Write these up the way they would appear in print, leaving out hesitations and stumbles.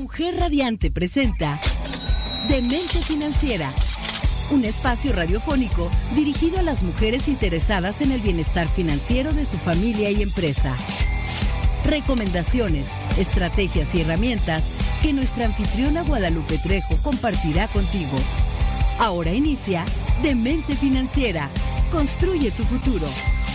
Mujer Radiante presenta Demente Financiera, un espacio radiofónico dirigido a las mujeres interesadas en el bienestar financiero de su familia y empresa. Recomendaciones, estrategias y herramientas que nuestra anfitriona Guadalupe Trejo compartirá contigo. Ahora inicia Demente Financiera. Construye tu futuro.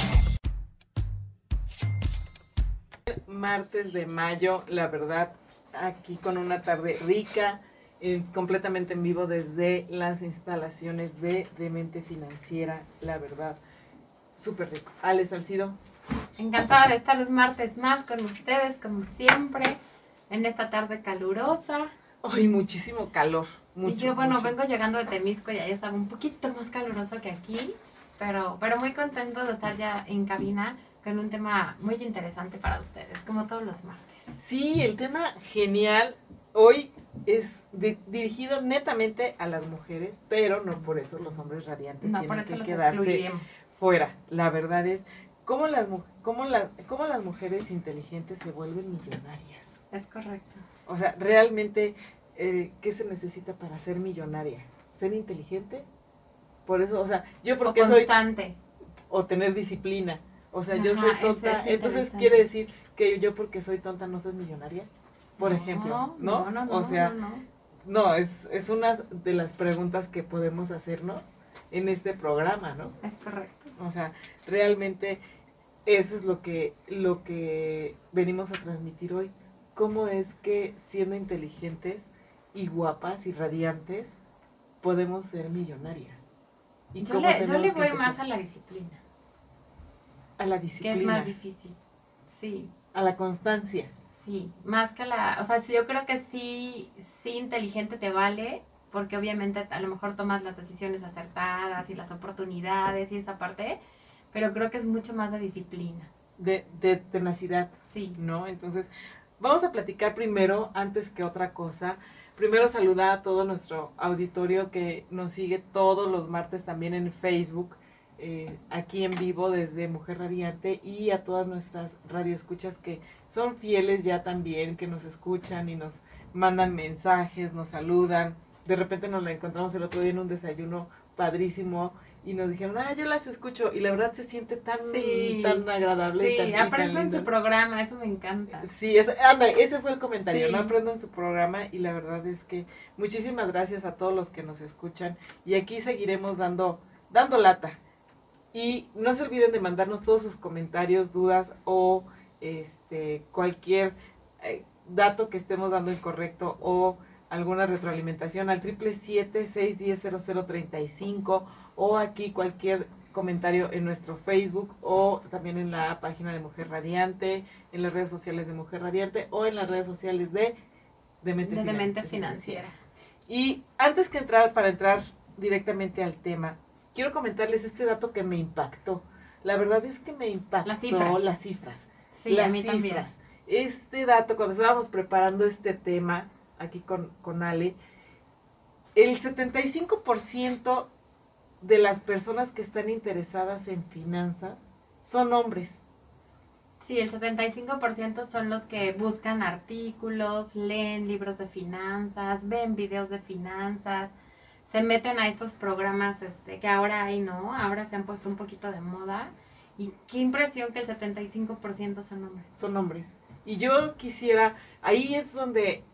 Martes de mayo, la verdad, aquí con una tarde rica, completamente en vivo desde las instalaciones de Demente Financiera, la verdad, súper rico. Ale Salcido. Encantada de estar un martes más con ustedes, como siempre, en esta tarde calurosa. Hoy muchísimo calor. Y yo, vengo llegando de Temisco y ahí estaba un poquito más caluroso que aquí, pero muy contento de estar ya en cabina con un tema muy interesante para ustedes, como todos los martes. Sí, el tema genial hoy es dirigido netamente a las mujeres, pero no por eso los hombres radiantes tienen que quedarse fuera. La verdad es cómo las mujeres inteligentes se vuelven millonarias. Es correcto. O sea, realmente, ¿qué se necesita para ser millonaria? ¿Ser inteligente? Por eso, o sea, yo porque soy... constante. O tener disciplina. O sea, yo soy tonta, entonces quiere decir que yo porque soy tonta no soy millonaria, por ejemplo, ¿no? O sea, no, es una de las preguntas que podemos hacernos en este programa, ¿no? Es correcto. O sea, realmente eso es lo que venimos a transmitir hoy. ¿Cómo es que siendo inteligentes y guapas y radiantes podemos ser millonarias? ¿Y yo le voy más a la disciplina. A la disciplina. Que es más difícil, sí. A la constancia. Sí, más que o sea, yo creo que sí inteligente te vale, porque obviamente a lo mejor tomas las decisiones acertadas y las oportunidades y esa parte, pero creo que es mucho más de disciplina. De tenacidad. Sí. ¿No? Entonces, vamos a platicar primero, antes que otra cosa, primero saludar a todo nuestro auditorio que nos sigue todos los martes también en Facebook, aquí en vivo desde Mujer Radiante, y a todas nuestras radioescuchas que son fieles ya también, que nos escuchan y nos mandan mensajes, nos saludan. De repente nos la encontramos el otro día en un desayuno padrísimo y nos dijeron, yo las escucho, y la verdad se siente tan agradable. Sí, y tan aprendo en lindo. su programa, eso me encanta. Sí, ese fue el comentario, sí. No aprendo en su programa, y la verdad es que muchísimas gracias a todos los que nos escuchan, y aquí seguiremos dando lata. Y no se olviden de mandarnos todos sus comentarios, dudas o cualquier dato que estemos dando incorrecto o alguna retroalimentación al 777-610-0035, o aquí cualquier comentario en nuestro Facebook o también en la página de Mujer Radiante, en las redes sociales de Mujer Radiante o en las redes sociales de Demente Financiera. Y antes que para entrar directamente al tema, quiero comentarles este dato que me impactó. La verdad es que me impactó las cifras. Sí, a mí también. Este dato, cuando estábamos preparando este tema aquí con Ale, el 75% de las personas que están interesadas en finanzas son hombres. Sí, el 75% son los que buscan artículos, leen libros de finanzas, ven videos de finanzas, se meten a estos programas que ahora hay, ¿no? Ahora se han puesto un poquito de moda. Y qué impresión que el 75% son hombres. Son hombres. Y yo quisiera, ahí es donde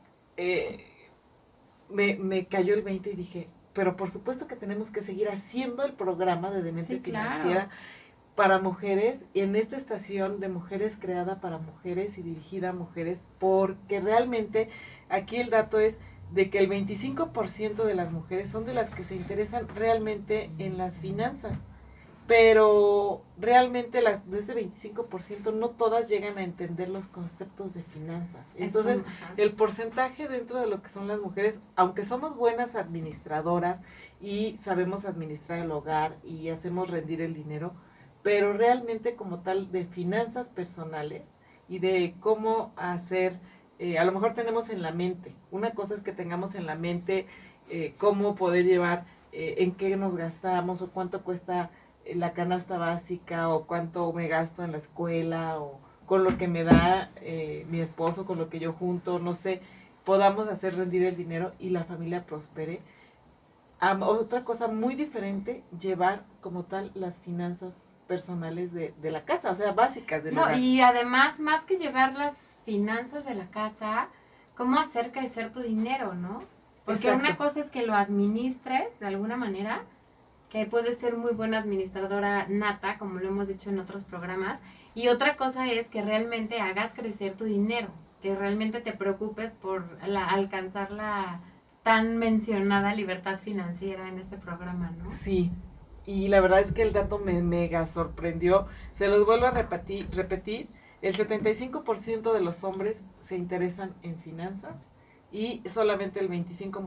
me cayó el 20 y dije, pero por supuesto que tenemos que seguir haciendo el programa de Demente Financiera para mujeres, en esta estación de mujeres creada para mujeres y dirigida a mujeres, porque realmente aquí el dato es de que el 25% de las mujeres son de las que se interesan realmente en las finanzas, pero realmente de ese 25% no todas llegan a entender los conceptos de finanzas. Entonces, el porcentaje dentro de lo que son las mujeres, aunque somos buenas administradoras y sabemos administrar el hogar y hacemos rendir el dinero, pero realmente como tal de finanzas personales y de cómo hacer... a lo mejor tenemos en la mente, una cosa es que tengamos en la mente cómo poder llevar, en qué nos gastamos o cuánto cuesta la canasta básica o cuánto me gasto en la escuela o con lo que me da mi esposo, con lo que yo junto, no sé, podamos hacer rendir el dinero y la familia prospere. Otra cosa muy diferente, llevar como tal las finanzas personales de la casa, o sea, básicas del hogar. Y además, más que llevar las finanzas de la casa, cómo hacer crecer tu dinero, ¿no? Porque una cosa es que lo administres de alguna manera, que puedes ser muy buena administradora nata, como lo hemos dicho en otros programas, y otra cosa es que realmente hagas crecer tu dinero, que realmente te preocupes por alcanzar la tan mencionada libertad financiera en este programa, ¿no? Sí, y la verdad es que el dato me mega sorprendió. Se los vuelvo a repetir, el 75% de los hombres se interesan en finanzas y solamente el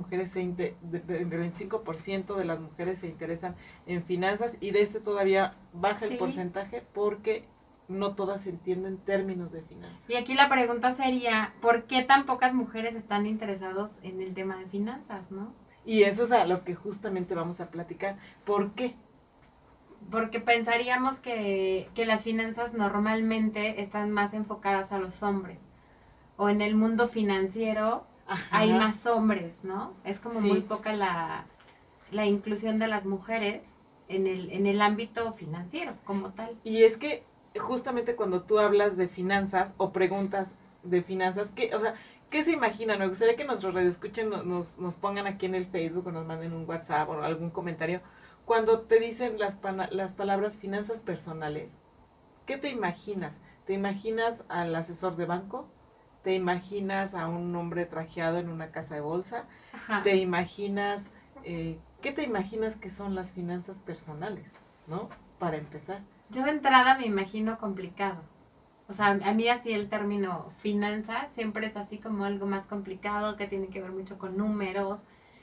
25% de las mujeres se interesan en finanzas, y de todavía baja el porcentaje porque no todas entienden términos de finanzas. Y aquí la pregunta sería, ¿por qué tan pocas mujeres están interesados en el tema de finanzas, no? Y eso es a lo que justamente vamos a platicar. ¿Por qué? Porque pensaríamos que las finanzas normalmente están más enfocadas a los hombres. O en el mundo financiero hay más hombres, ¿no? Es como muy poca la inclusión de las mujeres en el ámbito financiero como tal. Y es que justamente cuando tú hablas de finanzas o preguntas de finanzas, ¿qué se imaginan? Me gustaría que nuestros radioescuchen nos pongan aquí en el Facebook o nos manden un WhatsApp o algún comentario. Cuando te dicen las palabras finanzas personales, ¿qué te imaginas? ¿Te imaginas al asesor de banco? ¿Te imaginas a un hombre trajeado en una casa de bolsa? Ajá. ¿Te imaginas, qué te imaginas que son las finanzas personales, ¿no? Para empezar. Yo de entrada me imagino complicado. O sea, a mí así el término finanzas siempre es así como algo más complicado, que tiene que ver mucho con números.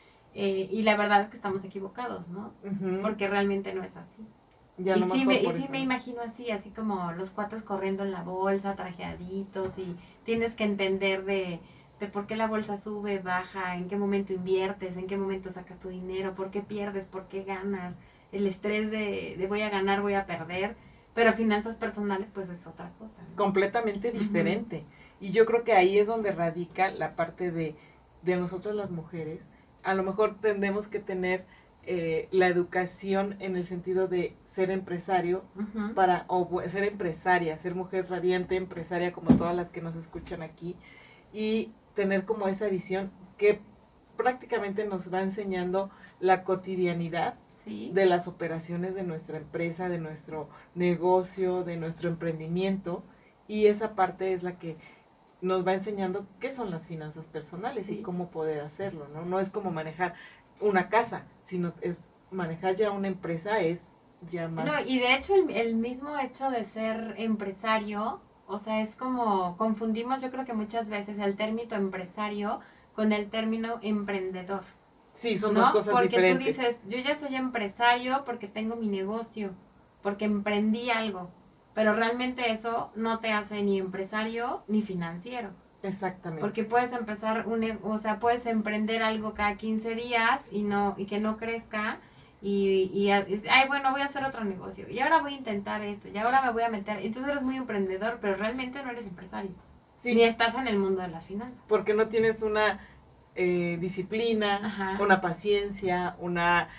Y la verdad es que estamos equivocados, ¿no? Uh-huh. Porque realmente no es así. Ya y sí me imagino así como los cuates corriendo en la bolsa, trajeaditos, y tienes que entender de por qué la bolsa sube, baja, en qué momento inviertes, en qué momento sacas tu dinero, por qué pierdes, por qué ganas, el estrés de voy a ganar, voy a perder, pero finanzas personales pues es otra cosa, ¿no? Completamente diferente. Uh-huh. Y yo creo que ahí es donde radica la parte de nosotros las mujeres. A lo mejor tendemos que tener la educación en el sentido de ser empresario, uh-huh, o ser empresaria, ser mujer radiante, empresaria como todas las que nos escuchan aquí, y tener como esa visión que prácticamente nos va enseñando la cotidianidad, ¿sí?, de las operaciones de nuestra empresa, de nuestro negocio, de nuestro emprendimiento, y esa parte es la que nos va enseñando qué son las finanzas personales, sí, y cómo poder hacerlo, ¿no? No es como manejar una casa, sino es manejar ya una empresa, es ya más... No, y de hecho el mismo hecho de ser empresario, o sea, es como confundimos, yo creo que muchas veces el término empresario con el término emprendedor. Sí, son dos cosas porque diferentes. Porque tú dices, yo ya soy empresario porque tengo mi negocio, porque emprendí algo, pero realmente eso no te hace ni empresario ni financiero. Exactamente. Porque puedes empezar puedes emprender algo cada 15 días y que no crezca bueno, voy a hacer otro negocio y ahora voy a intentar esto y ahora me voy a meter. Entonces eres muy emprendedor, pero realmente no eres empresario. Sí. Ni estás en el mundo de las finanzas. Porque no tienes una disciplina, ajá, una paciencia, una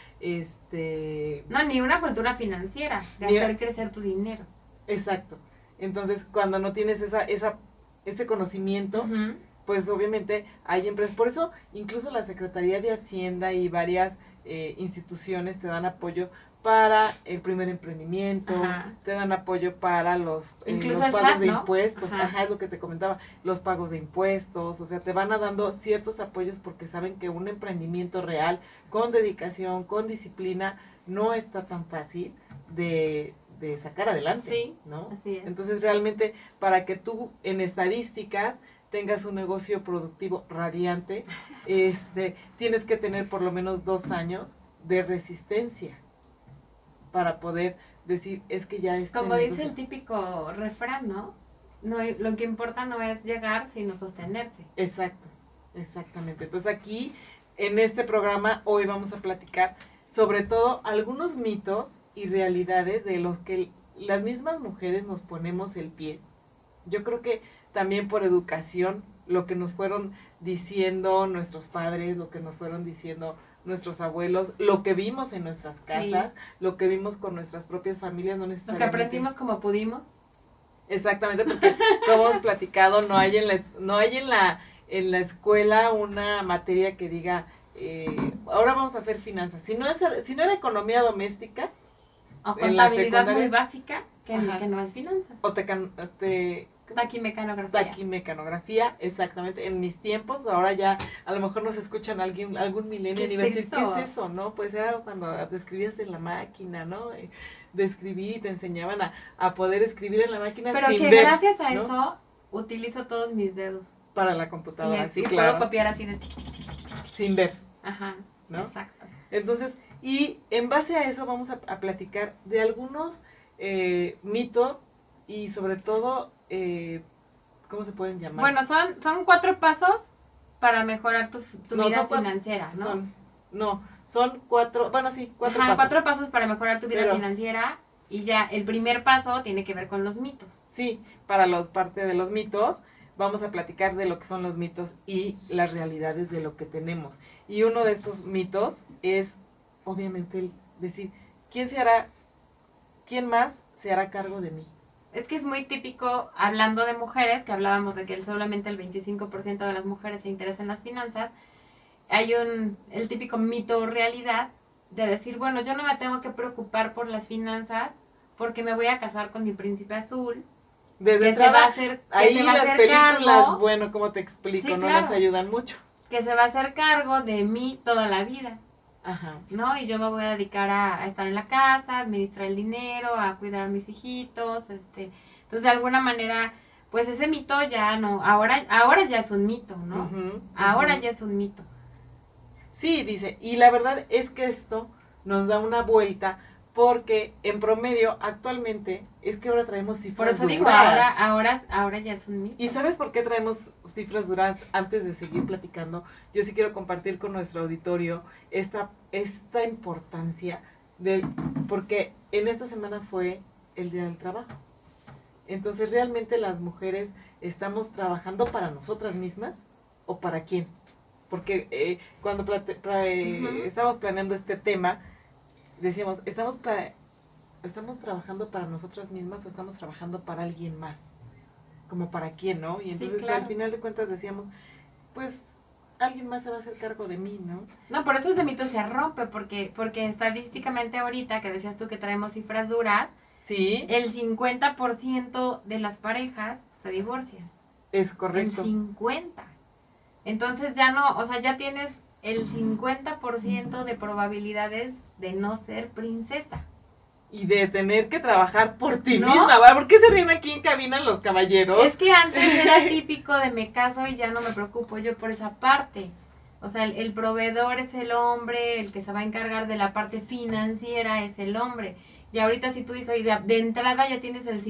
No, ni una cultura financiera de hacer crecer tu dinero. Exacto. Entonces, cuando no tienes ese conocimiento, uh-huh, pues obviamente hay empresas. Por eso, incluso la Secretaría de Hacienda y varias instituciones te dan apoyo para el primer emprendimiento, ajá, te dan apoyo para los pagos SAT, de impuestos, ajá, ajá, es lo que te comentaba, los pagos de impuestos, o sea, te van dando ciertos apoyos porque saben que un emprendimiento real, con dedicación, con disciplina, no está tan fácil de sacar adelante, sí, ¿no? Así es. Entonces realmente para que tú en estadísticas tengas un negocio productivo radiante, tienes que tener por lo menos 2 años de resistencia para poder decir, es que ya está. Como dice el típico refrán, ¿no? Lo que importa no es llegar, sino sostenerse. Exacto, exactamente. Entonces aquí, en este programa, hoy vamos a platicar sobre todo algunos mitos y realidades de los que las mismas mujeres nos ponemos el pie. Yo creo que también por educación, lo que nos fueron diciendo nuestros padres, lo que nos fueron diciendo nuestros abuelos, lo que vimos en nuestras casas, lo que vimos con nuestras propias familias, no necesariamente. Lo que aprendimos como pudimos. Exactamente, porque como hemos platicado, no hay en la escuela una materia que diga, ahora vamos a hacer finanzas. Si no era economía doméstica, o contabilidad muy básica, que no es finanzas. O taquimecanografía. Taquimecanografía, exactamente. En mis tiempos, ahora ya a lo mejor nos escuchan algún millennial y va a decir, ¿qué es eso? ¿No? Pues era cuando te escribías en la máquina, ¿no? De escribir y te enseñaban a poder escribir en la máquina pero sin ver. Pero que gracias a eso utilizo todos mis dedos. Para la computadora, sí, claro. Puedo copiar así de sin ver. Ajá, ¿no? Exacto. Entonces, y en base a eso vamos a platicar de algunos mitos y sobre todo, ¿cómo se pueden llamar? Bueno, son 4 pasos para mejorar tu vida financiera, ¿no? Son 4, bueno, sí, 4 pasos. 4 pasos para mejorar tu vida financiera y ya el primer paso tiene que ver con los mitos. Sí, parte de los mitos, vamos a platicar de lo que son los mitos y las realidades de lo que tenemos. Y uno de estos mitos es, obviamente, el decir, ¿quién más se hará cargo de mí? Es que es muy típico, hablando de mujeres, que hablábamos de que solamente el 25% de las mujeres se interesa en las finanzas, hay el típico mito o realidad de decir, bueno, yo no me tengo que preocupar por las finanzas porque me voy a casar con mi príncipe azul. Desde entrada, ahí las películas, bueno, como te explico, sí, no nos ayudan mucho. Que se va a hacer cargo de mí toda la vida. Ajá. ¿No? Y yo me voy a dedicar a estar en la casa, a administrar el dinero, a cuidar a mis hijitos, Entonces, de alguna manera, pues ese mito ya no, ahora ya es un mito, ¿no? Ahora ya es un mito. Sí, dice, y la verdad es que esto nos da una vuelta porque en promedio actualmente es que ahora traemos cifras duras. Por eso digo, ahora ya es un mito. ¿Y sabes por qué traemos cifras duras? Antes de seguir platicando, yo sí quiero compartir con nuestro auditorio esta importancia porque en esta semana fue el Día del Trabajo. Entonces, ¿realmente las mujeres estamos trabajando para nosotras mismas o para quién? Porque cuando estábamos planeando este tema, decíamos, ¿estamos trabajando para nosotras mismas o estamos trabajando para alguien más? Como para quién, ¿no? Y entonces, sí, claro, al final de cuentas decíamos, pues alguien más se va a hacer cargo de mí, ¿no? No, por eso ese mito se rompe, porque estadísticamente ahorita, que decías tú que traemos cifras duras, sí, el 50% de las parejas se divorcian. Es correcto. El 50%. Entonces ya no, o sea, ya tienes el 50% de probabilidades de no ser princesa. Y de tener que trabajar por ti misma, ¿verdad? ¿Por qué se ríen aquí en cabina los caballeros? Es que antes era típico de me caso y ya no me preocupo yo por esa parte. O sea, el proveedor es el hombre, el que se va a encargar de la parte financiera es el hombre. Y ahorita si tú dices, oye, de entrada ya tienes el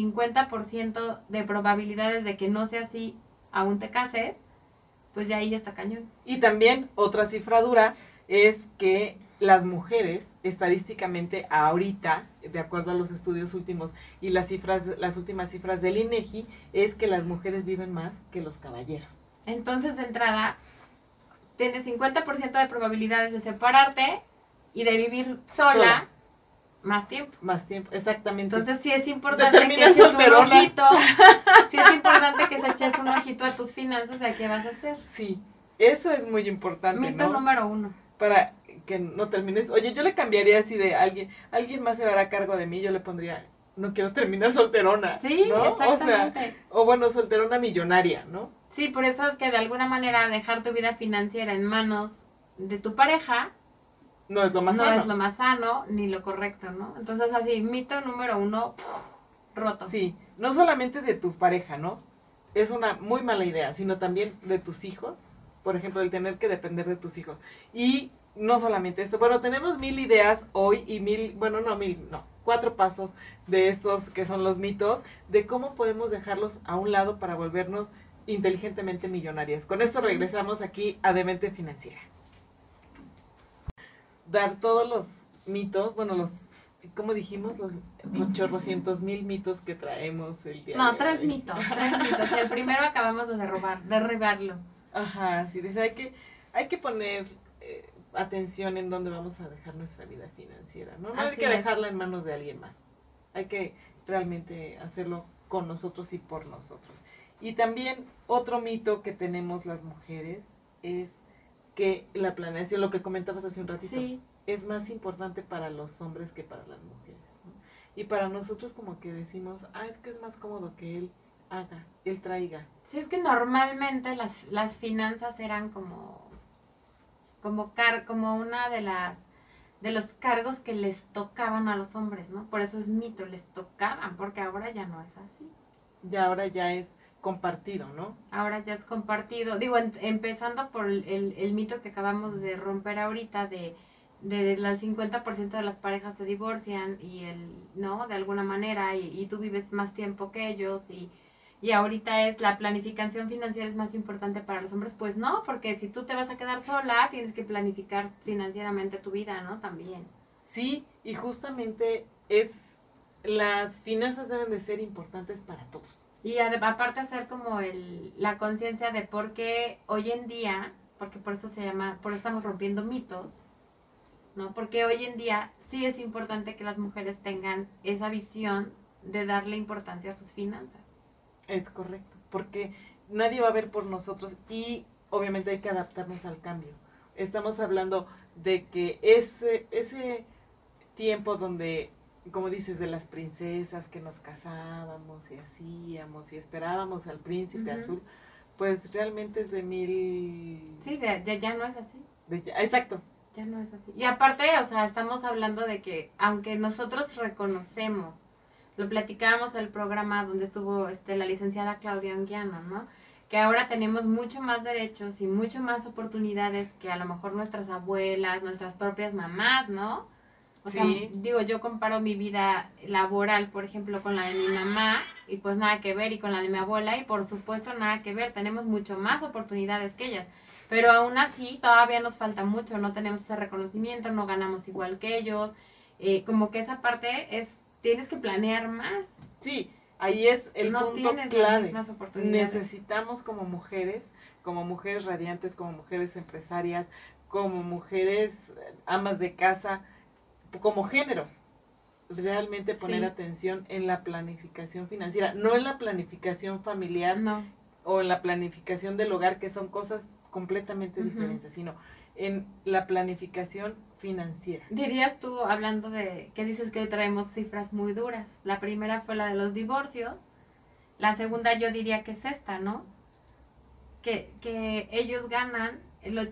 50% de probabilidades de que no sea así, aún te cases, pues ya ahí ya está cañón. Y también otra cifra dura es que las mujeres, estadísticamente ahorita, de acuerdo a los estudios últimos y las últimas cifras del INEGI, es que las mujeres viven más que los caballeros. Entonces, de entrada, tienes 50% de probabilidades de separarte y de vivir sola. Más tiempo. Más tiempo, exactamente. Entonces sí es importante que eches un ojito, sí es importante que se eches un ojito a tus finanzas de qué vas a hacer. Sí, eso es muy importante, mito, ¿no? Número 1. Para que no termines, oye, yo le cambiaría así de alguien más se hará cargo de mí, yo le pondría, no quiero terminar solterona. Sí, ¿no? Exactamente. O bueno, solterona millonaria, ¿no? Sí, por eso es que de alguna manera dejar tu vida financiera en manos de tu pareja no es lo más sano. No es lo más sano ni lo correcto, ¿no? Entonces, así, mito número 1, roto. Sí, no solamente de tu pareja, ¿no? Es una muy mala idea, sino también de tus hijos. Por ejemplo, el tener que depender de tus hijos. Y no solamente esto. Bueno, tenemos 1000 ideas hoy y 4 pasos de estos que son los mitos, de cómo podemos dejarlos a un lado para volvernos inteligentemente millonarias. Con esto regresamos aquí a Demente Financiera. Dar todos los mitos, bueno, ¿cómo dijimos? Los 800,000 mitos que traemos el día de hoy. 3 mitos. El primero acabamos de derribarlo. Ajá, sí, dice, hay que poner atención en dónde vamos a dejar nuestra vida financiera, ¿no? No hay que dejarla en manos de alguien más. Hay que realmente hacerlo con nosotros y por nosotros. Y también otro mito que tenemos las mujeres es que la planeación, lo que comentabas hace un ratito, sí, es más importante para los hombres que para las mujeres, ¿no? Y para nosotros como que decimos, es que es más cómodo que él haga, él traiga. Sí, es que normalmente las finanzas eran como una de los cargos que les tocaban a los hombres, ¿no? Por eso es mito, les tocaban, porque ahora ya no es así. Ya ahora ya es compartido, ¿no? Ahora ya es compartido. Digo, empezando por el mito que acabamos de romper ahorita de el 50% de las parejas se divorcian y ¿no? De alguna manera, y tú vives más tiempo que ellos y ahorita es la planificación financiera es más importante para los hombres. Pues no, porque si tú te vas a quedar sola, tienes que planificar financieramente tu vida, ¿no? También. Sí, y justamente las finanzas deben de ser importantes para todos. Y aparte hacer como la conciencia de por qué hoy en día, porque por eso estamos rompiendo mitos, ¿no? Porque hoy en día sí es importante que las mujeres tengan esa visión de darle importancia a sus finanzas. Es correcto, porque nadie va a ver por nosotros y obviamente hay que adaptarnos al cambio. Estamos hablando de que ese tiempo donde, como dices, de las princesas que nos casábamos y hacíamos y esperábamos al príncipe azul, pues realmente es de Sí, ya no es así. Exacto. Ya no es así. Y aparte, o sea, estamos hablando de que aunque nosotros reconocemos, lo platicábamos en el programa donde estuvo la licenciada Claudia Anguiano, ¿no? Que ahora tenemos mucho más derechos y mucho más oportunidades que a lo mejor nuestras abuelas, nuestras propias mamás, ¿no? O sea, digo, yo comparo mi vida laboral, por ejemplo, con la de mi mamá y pues nada que ver, y con la de mi abuela y por supuesto nada que ver, tenemos mucho más oportunidades que ellas. Pero aún así todavía nos falta mucho, no tenemos ese reconocimiento, no ganamos igual que ellos, como que esa parte tienes que planear más. Sí, ahí es el punto clave. Necesitamos como mujeres radiantes, como mujeres empresarias, como mujeres amas de casa, como género, realmente poner atención en la planificación financiera, no en la planificación familiar o en la planificación del hogar, que son cosas completamente diferentes, sino en la planificación financiera. Dirías tú, hablando de que dices que hoy traemos cifras muy duras, la primera fue la de los divorcios, la segunda yo diría que es esta, ¿no? Que ellos ganan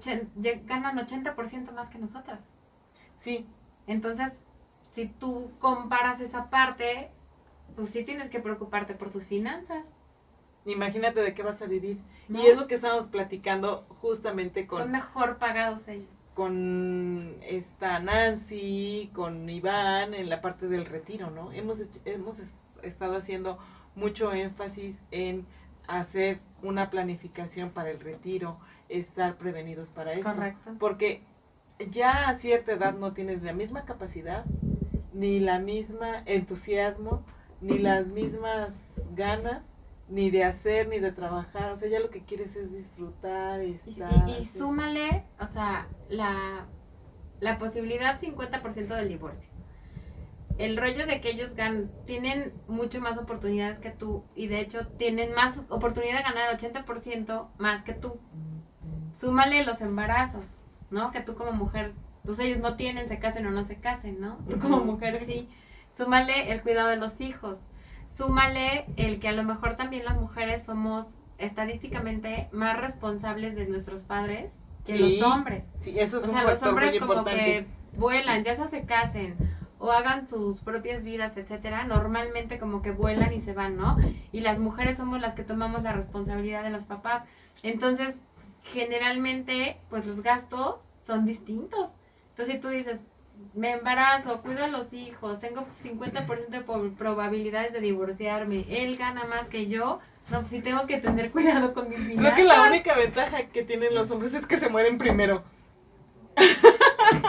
80% más que nosotras. Sí. Entonces, si tú comparas esa parte, pues sí tienes que preocuparte por tus finanzas. Imagínate de qué vas a vivir. ¿No? Y es lo que estábamos platicando justamente Son mejor pagados ellos. Con esta Nancy, con Iván, en la parte del retiro, ¿no? Hemos estado haciendo mucho énfasis en hacer una planificación para el retiro, estar prevenidos para esto. Correcto. Porque ya a cierta edad no tienes la misma capacidad, ni la misma entusiasmo, ni las mismas ganas, ni de hacer, ni de trabajar. O sea, ya lo que quieres es disfrutar, estar. Y súmale, o sea, la posibilidad 50% del divorcio. El rollo de que ellos tienen mucho más oportunidades que tú, y de hecho tienen más oportunidad de ganar el 80% más que tú. Súmale los embarazos, ¿no? Que tú como mujer, pues ellos no tienen, se casen o no se casen, ¿no? Tú como mujer sí. Súmale el cuidado de los hijos. Súmale el que a lo mejor también las mujeres somos estadísticamente más responsables de nuestros padres que los hombres. Sí, eso es un factor los hombres muy como importante. que vuelan, ya sea se casen o hagan sus propias vidas, etcétera, normalmente como que vuelan y se van, ¿no? Y las mujeres somos las que tomamos la responsabilidad de los papás. Entonces, generalmente, pues los gastos son distintos. Entonces, si tú dices, me embarazo, cuido a los hijos, tengo 50% de probabilidades de divorciarme, él gana más que yo, no, pues sí tengo que tener cuidado con mis finanzas. Creo que la única ventaja que tienen los hombres es que se mueren primero.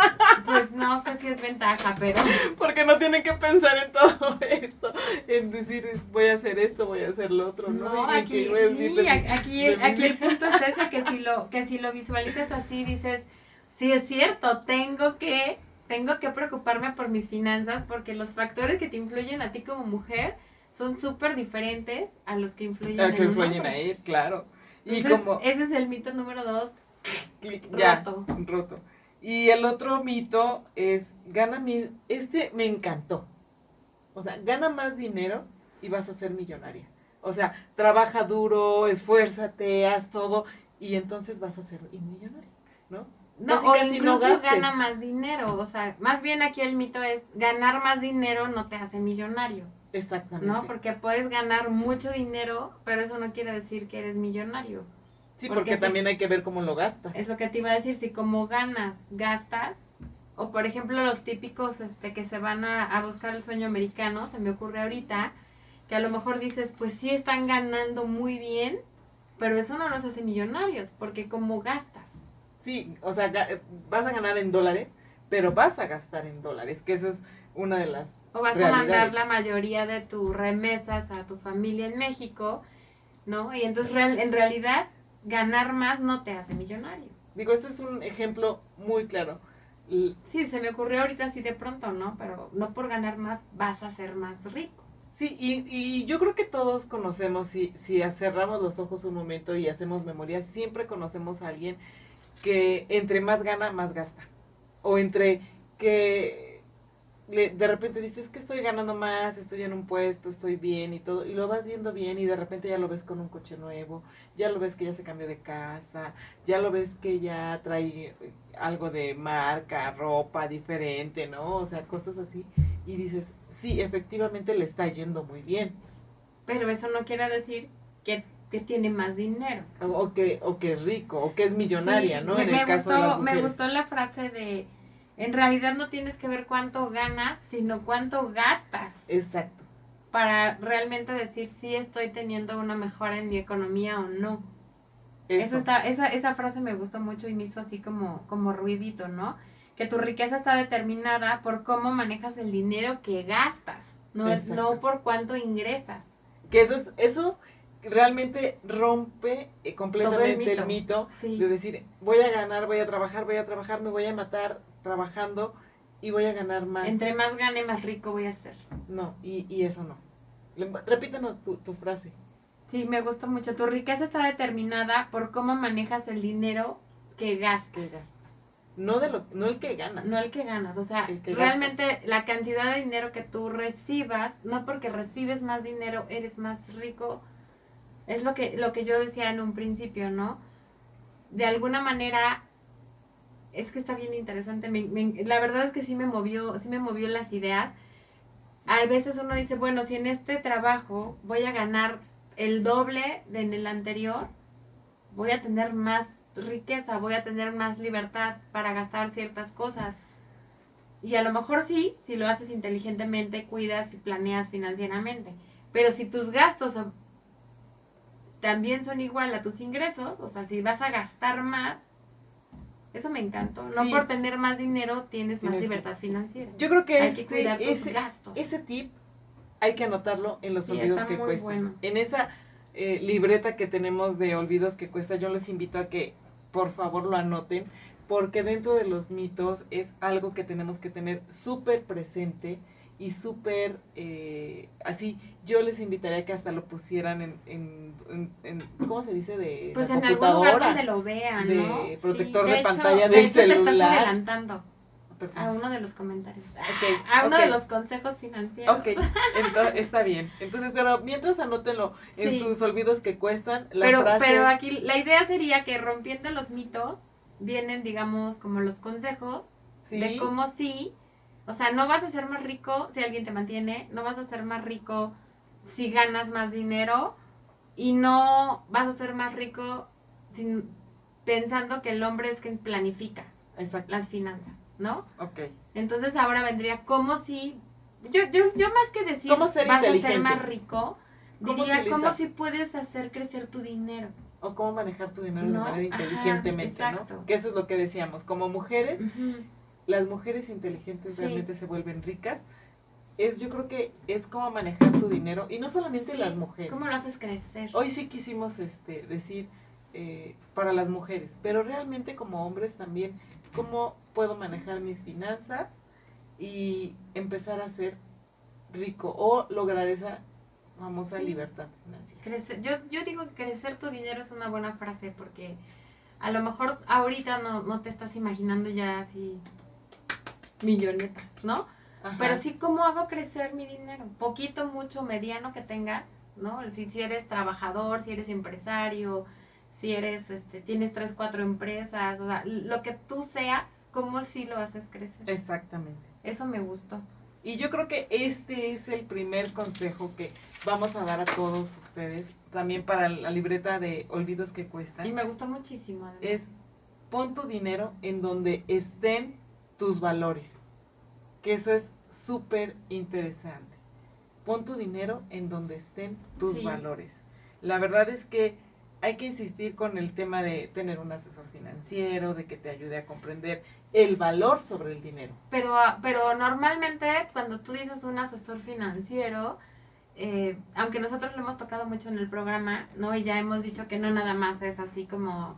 Pues no sé si es ventaja, pero... Porque no tienen que pensar en todo esto, en decir, voy a hacer esto, voy a hacer lo otro, ¿no? No, aquí el punto es ese, que si lo visualizas así, dices, sí es cierto, tengo que preocuparme por mis finanzas, porque los factores que te influyen a ti como mujer son súper diferentes a los que influyen en un hombre. A él, claro. Y entonces, como... ese es el mito número 2, roto. Y el otro mito es, me encantó. O sea, gana más dinero y vas a ser millonaria. O sea, trabaja duro, esfuérzate, haz todo y entonces vas a ser millonaria, ¿no? No, o incluso gana más dinero. O sea, más bien aquí el mito es, ganar más dinero no te hace millonario. Exactamente. ¿No? Porque puedes ganar mucho dinero, pero eso no quiere decir que eres millonario. Sí, porque también hay que ver cómo lo gastas. Es lo que te iba a decir, si como gastas, o por ejemplo los típicos que se van a buscar el sueño americano, se me ocurre ahorita, que a lo mejor dices, pues sí están ganando muy bien, pero eso no nos hace millonarios, porque como gastas. Sí, o sea, vas a ganar en dólares, pero vas a gastar en dólares, que eso es una de las o vas a mandar la mayoría de tus remesas a tu familia en México, ¿no? Y entonces en realidad ganar más no te hace millonario. Digo, este es un ejemplo muy claro. Sí, se me ocurrió ahorita así de pronto, ¿no? Pero no por ganar más vas a ser más rico. Sí, y yo creo que todos conocemos, si cerramos los ojos un momento y hacemos memoria, siempre conocemos a alguien que entre más gana, más gasta. O entre que de repente dices que estoy ganando más, estoy en un puesto, estoy bien y todo, y lo vas viendo bien y de repente ya lo ves con un coche nuevo, ya lo ves que ya se cambió de casa, ya lo ves que ya trae algo de marca, ropa diferente, ¿no? O sea, cosas así, y dices, sí, efectivamente le está yendo muy bien. Pero eso no quiere decir que tiene más dinero. O que es rico, o que es millonaria, sí, ¿no? En el caso de las mujeres. Me gustó la frase de, en realidad no tienes que ver cuánto ganas, sino cuánto gastas. Exacto. Para realmente decir si estoy teniendo una mejora en mi economía o no. Esa frase me gustó mucho y me hizo así como ruidito, ¿no? Que tu riqueza está determinada por cómo manejas el dinero que gastas, no por cuánto ingresas. Que eso realmente rompe completamente el mito sí. De decir, voy a ganar, voy a trabajar, me voy a matar trabajando y voy a ganar más. Entre más gane, más rico voy a ser. No, y eso no. Repítanos tu frase. Sí, me gustó mucho. Tu riqueza está determinada por cómo manejas el dinero que gastas. No el que ganas. No el que ganas, o sea, realmente gastas. La cantidad de dinero que tú recibas, no porque recibes más dinero eres más rico. Es lo que yo decía en un principio, ¿no? De alguna manera, es que está bien interesante. La verdad es que sí me movió las ideas. A veces uno dice, bueno, si en este trabajo voy a ganar el doble de en el anterior, voy a tener más riqueza, voy a tener más libertad para gastar ciertas cosas. Y a lo mejor sí, si lo haces inteligentemente, cuidas y planeas financieramente. Pero si tus gastos también son igual a tus ingresos, o sea, si vas a gastar más, eso me encantó. No por tener más dinero tienes más libertad financiera. Yo creo que hay que cuidar tus gastos. Ese tip hay que anotarlo en los olvidos que cuestan. Bueno. En esa libreta que tenemos de olvidos que cuesta, yo les invito a que por favor lo anoten, porque dentro de los mitos es algo que tenemos que tener súper presente y súper así. Yo les invitaría a que hasta lo pusieran en ¿cómo se dice? De pues la en algún lugar donde lo vean, ¿no? De protector sí, de pantalla del celular. Te estás adelantando. Perfecto. A uno de los comentarios. Okay, uno de los consejos financieros. Ok, entonces, está bien. Entonces, pero mientras anótenlo en sus olvidos que cuestan, frase... Pero aquí la idea sería que rompiendo los mitos, vienen, digamos, como los consejos de cómo sí. O sea, no vas a ser más rico si alguien te mantiene, no vas a ser más rico si ganas más dinero y no vas a ser más rico pensando que el hombre es quien planifica las finanzas, ¿no? Ok. Entonces ahora vendría como si, yo más que decir vas a ser más rico, diría cómo si puedes hacer crecer tu dinero. O cómo manejar tu dinero de manera inteligentemente, ¿no? Que eso es lo que decíamos, como mujeres... las mujeres inteligentes realmente se vuelven ricas, yo creo que es cómo manejar tu dinero, y no solamente las mujeres. ¿Cómo lo haces crecer? Hoy sí quisimos decir para las mujeres, pero realmente como hombres también, cómo puedo manejar mis finanzas y empezar a ser rico o lograr esa famosa libertad financiera. Yo digo que crecer tu dinero es una buena frase, porque a lo mejor ahorita no te estás imaginando ya así millonetas, ¿no? Ajá. Pero sí, ¿cómo hago crecer mi dinero? Poquito, mucho, mediano que tengas, ¿no? Si eres trabajador, si eres empresario, si eres, tienes 3, 4 empresas, o sea, lo que tú seas, ¿cómo sí lo haces crecer? Exactamente. Eso me gustó. Y yo creo que este es el primer consejo que vamos a dar a todos ustedes, también para la libreta de olvidos que cuestan. Y me gustó muchísimo. Además. Es, pon tu dinero en donde estén tus valores, que eso es súper interesante. Pon tu dinero en donde estén tus valores. La verdad es que hay que insistir con el tema de tener un asesor financiero, de que te ayude a comprender el valor sobre el dinero. Pero normalmente cuando tú dices un asesor financiero, aunque nosotros lo hemos tocado mucho en el programa, ¿no? Y ya hemos dicho que no nada más es así como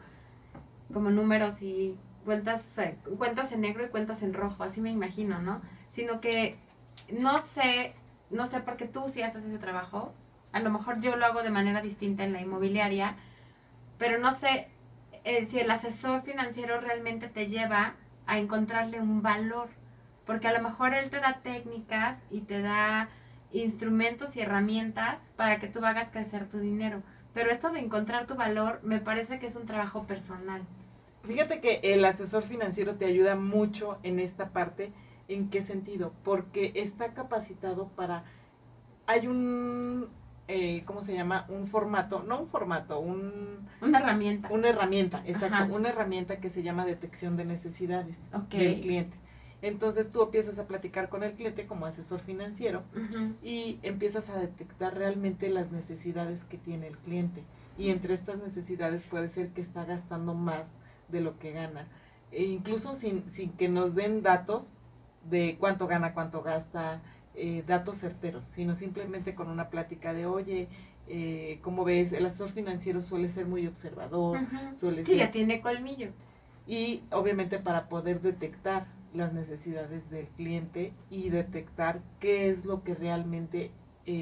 números y cuentas en negro y cuentas en rojo, así me imagino, ¿no? Sino que no sé porque tú sí haces ese trabajo, a lo mejor yo lo hago de manera distinta en la inmobiliaria, pero no sé si el asesor financiero realmente te lleva a encontrarle un valor, porque a lo mejor él te da técnicas y te da instrumentos y herramientas para que tú hagas crecer tu dinero, pero esto de encontrar tu valor me parece que es un trabajo personal. Fíjate que el asesor financiero te ayuda mucho en esta parte. ¿En qué sentido? Porque está capacitado para, hay un, ¿cómo se llama? Un formato, no un formato, una herramienta. Una herramienta, exacto. Ajá. Una herramienta que se llama detección de necesidades del cliente. Entonces tú empiezas a platicar con el cliente como asesor financiero y empiezas a detectar realmente las necesidades que tiene el cliente. Y entre estas necesidades puede ser que está gastando más de lo que gana. E incluso sin que nos den datos de cuánto gana, cuánto gasta, datos certeros, sino simplemente con una plática de, oye, ¿cómo ves? El asesor financiero suele ser muy observador, suele ser... ya tiene colmillo. Y obviamente para poder detectar las necesidades del cliente y detectar qué es lo que realmente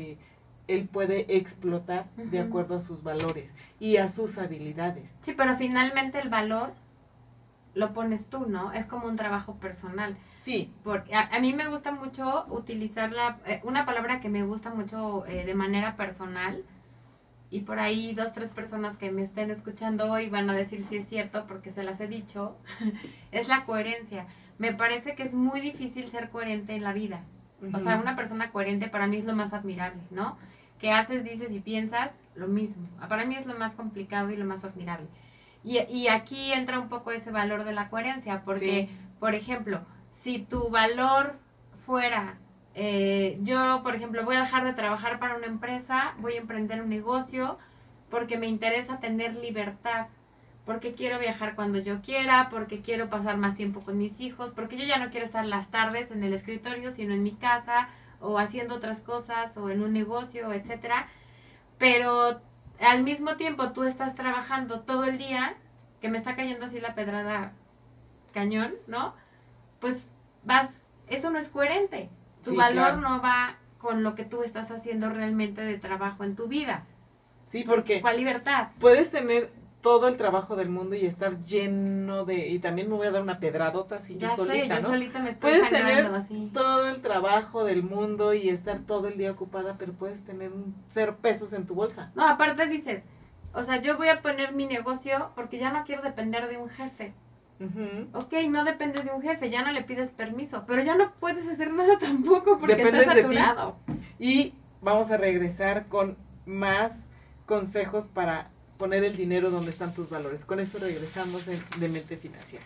él puede explotar de acuerdo a sus valores y a sus habilidades. Sí, pero finalmente el valor lo pones tú, ¿no? Es como un trabajo personal. Sí. Porque a mí me gusta mucho utilizar una palabra que me gusta mucho de manera personal, y por ahí 2, 3 personas que me estén escuchando hoy van a decir si es cierto porque se las he dicho, es la coherencia. Me parece que es muy difícil ser coherente en la vida. O sea, una persona coherente para mí es lo más admirable, ¿no? Que haces, dices y piensas lo mismo. Para mí es lo más complicado y lo más admirable. Y aquí entra un poco ese valor de la coherencia, porque, por ejemplo, si tu valor fuera, yo, por ejemplo, voy a dejar de trabajar para una empresa, voy a emprender un negocio, porque me interesa tener libertad, porque quiero viajar cuando yo quiera, porque quiero pasar más tiempo con mis hijos, porque yo ya no quiero estar las tardes en el escritorio, sino en mi casa, o haciendo otras cosas, o en un negocio, etcétera. Pero al mismo tiempo tú estás trabajando todo el día, que me está cayendo así la pedrada cañón, ¿no? Pues eso no es coherente. Tu valor no va con lo que tú estás haciendo realmente de trabajo en tu vida. Sí, porque... ¿Cuál libertad? Puedes tener todo el trabajo del mundo y estar lleno de... Y también me voy a dar una pedradota así yo solita, ¿no? Yo solita me estoy puedes tener así. Todo el trabajo del mundo y estar todo el día ocupada, pero puedes tener 0 pesos en tu bolsa. No, aparte dices, o sea, yo voy a poner mi negocio porque ya no quiero depender de un jefe. Ok, no dependes de un jefe, ya no le pides permiso, pero ya no puedes hacer nada tampoco porque dependes estás saturado. De ti. Y vamos a regresar con más consejos para poner el dinero donde están tus valores. Con esto regresamos de Mente Financiera.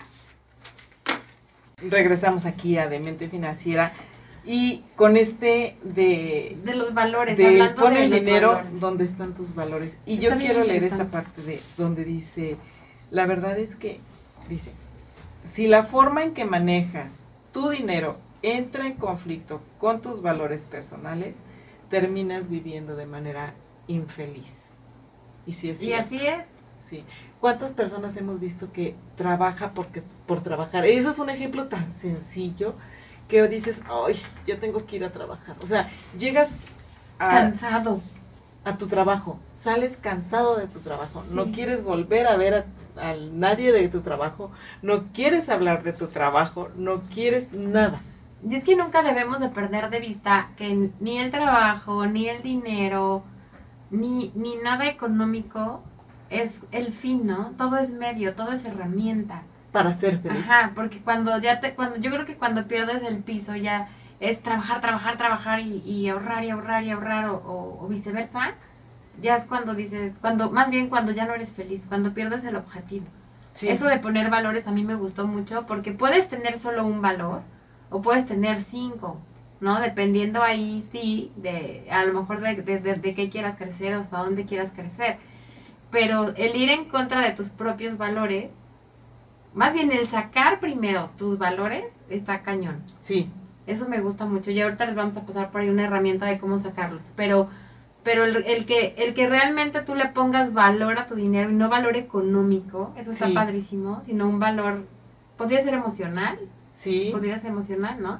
Regresamos aquí a Mente Financiera y con de los valores, hablando pon el dinero valores. Donde están tus valores. Y yo quiero leer esta parte de donde dice, la verdad es que dice, si la forma en que manejas tu dinero entra en conflicto con tus valores personales, terminas viviendo de manera infeliz. Y si es cierto. así es. Sí. ¿Cuántas personas hemos visto que trabaja por trabajar? Eso es un ejemplo tan sencillo que dices, ay, yo tengo que ir a trabajar. O sea, llegas cansado a tu trabajo, sales cansado de tu trabajo, sí. No quieres volver a ver a nadie de tu trabajo, no quieres hablar de tu trabajo, no quieres nada. Y es que nunca debemos de perder de vista que ni el trabajo, ni el dinero, ni nada económico es el fin, ¿no? Todo es medio, todo es herramienta. Para ser feliz. Ajá, porque cuando yo creo que cuando pierdes el piso ya es trabajar y ahorrar o viceversa, ya es cuando dices, más bien cuando ya no eres feliz, cuando pierdes el objetivo. Sí. Eso de poner valores a mí me gustó mucho porque puedes tener solo un valor o puedes tener 5, ¿no? Dependiendo ahí, sí, a lo mejor de qué quieras crecer o hasta dónde quieras crecer. Pero el ir en contra de tus propios valores, más bien el sacar primero tus valores, está cañón. Sí. Eso me gusta mucho. Y ahorita les vamos a pasar por ahí una herramienta de cómo sacarlos. Pero el que realmente tú le pongas valor a tu dinero y no valor económico, eso está padrísimo, sino un valor, podría ser emocional. Sí. Podría ser emocional, ¿no?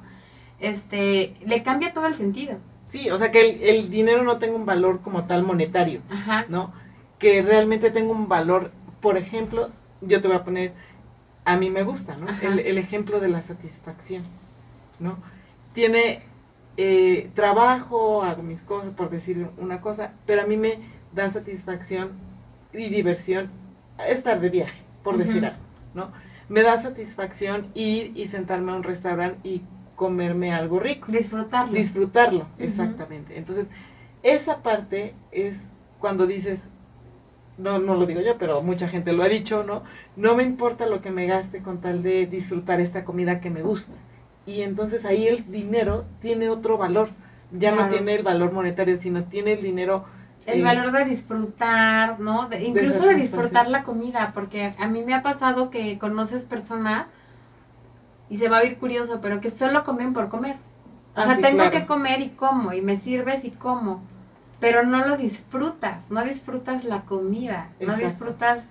Le cambia todo el sentido. Sí, o sea que el dinero no tenga un valor como tal monetario. Ajá. ¿No? Que realmente tenga un valor, por ejemplo, yo te voy a poner, a mí me gusta, ¿no? El ejemplo de la satisfacción, ¿no? Tiene trabajo, hago mis cosas, por decir una cosa, pero a mí me da satisfacción y diversión estar de viaje, por decir algo, ¿no? Me da satisfacción ir y sentarme a un restaurante y comerme algo rico. Disfrutarlo, exactamente. Entonces, esa parte es cuando dices, no lo digo yo, pero mucha gente lo ha dicho, ¿no? No me importa lo que me gaste con tal de disfrutar esta comida que me gusta. Y entonces ahí el dinero tiene otro valor. Ya no tiene el valor monetario, sino tiene el dinero... El valor de disfrutar, ¿no? Incluso de disfrutar la comida, porque a mí me ha pasado que conoces personas, y se va a oír curioso, pero que solo comen por comer. O sea, tengo que comer y como, y me sirves y como. Pero no lo disfrutas, no disfrutas la comida, no disfrutas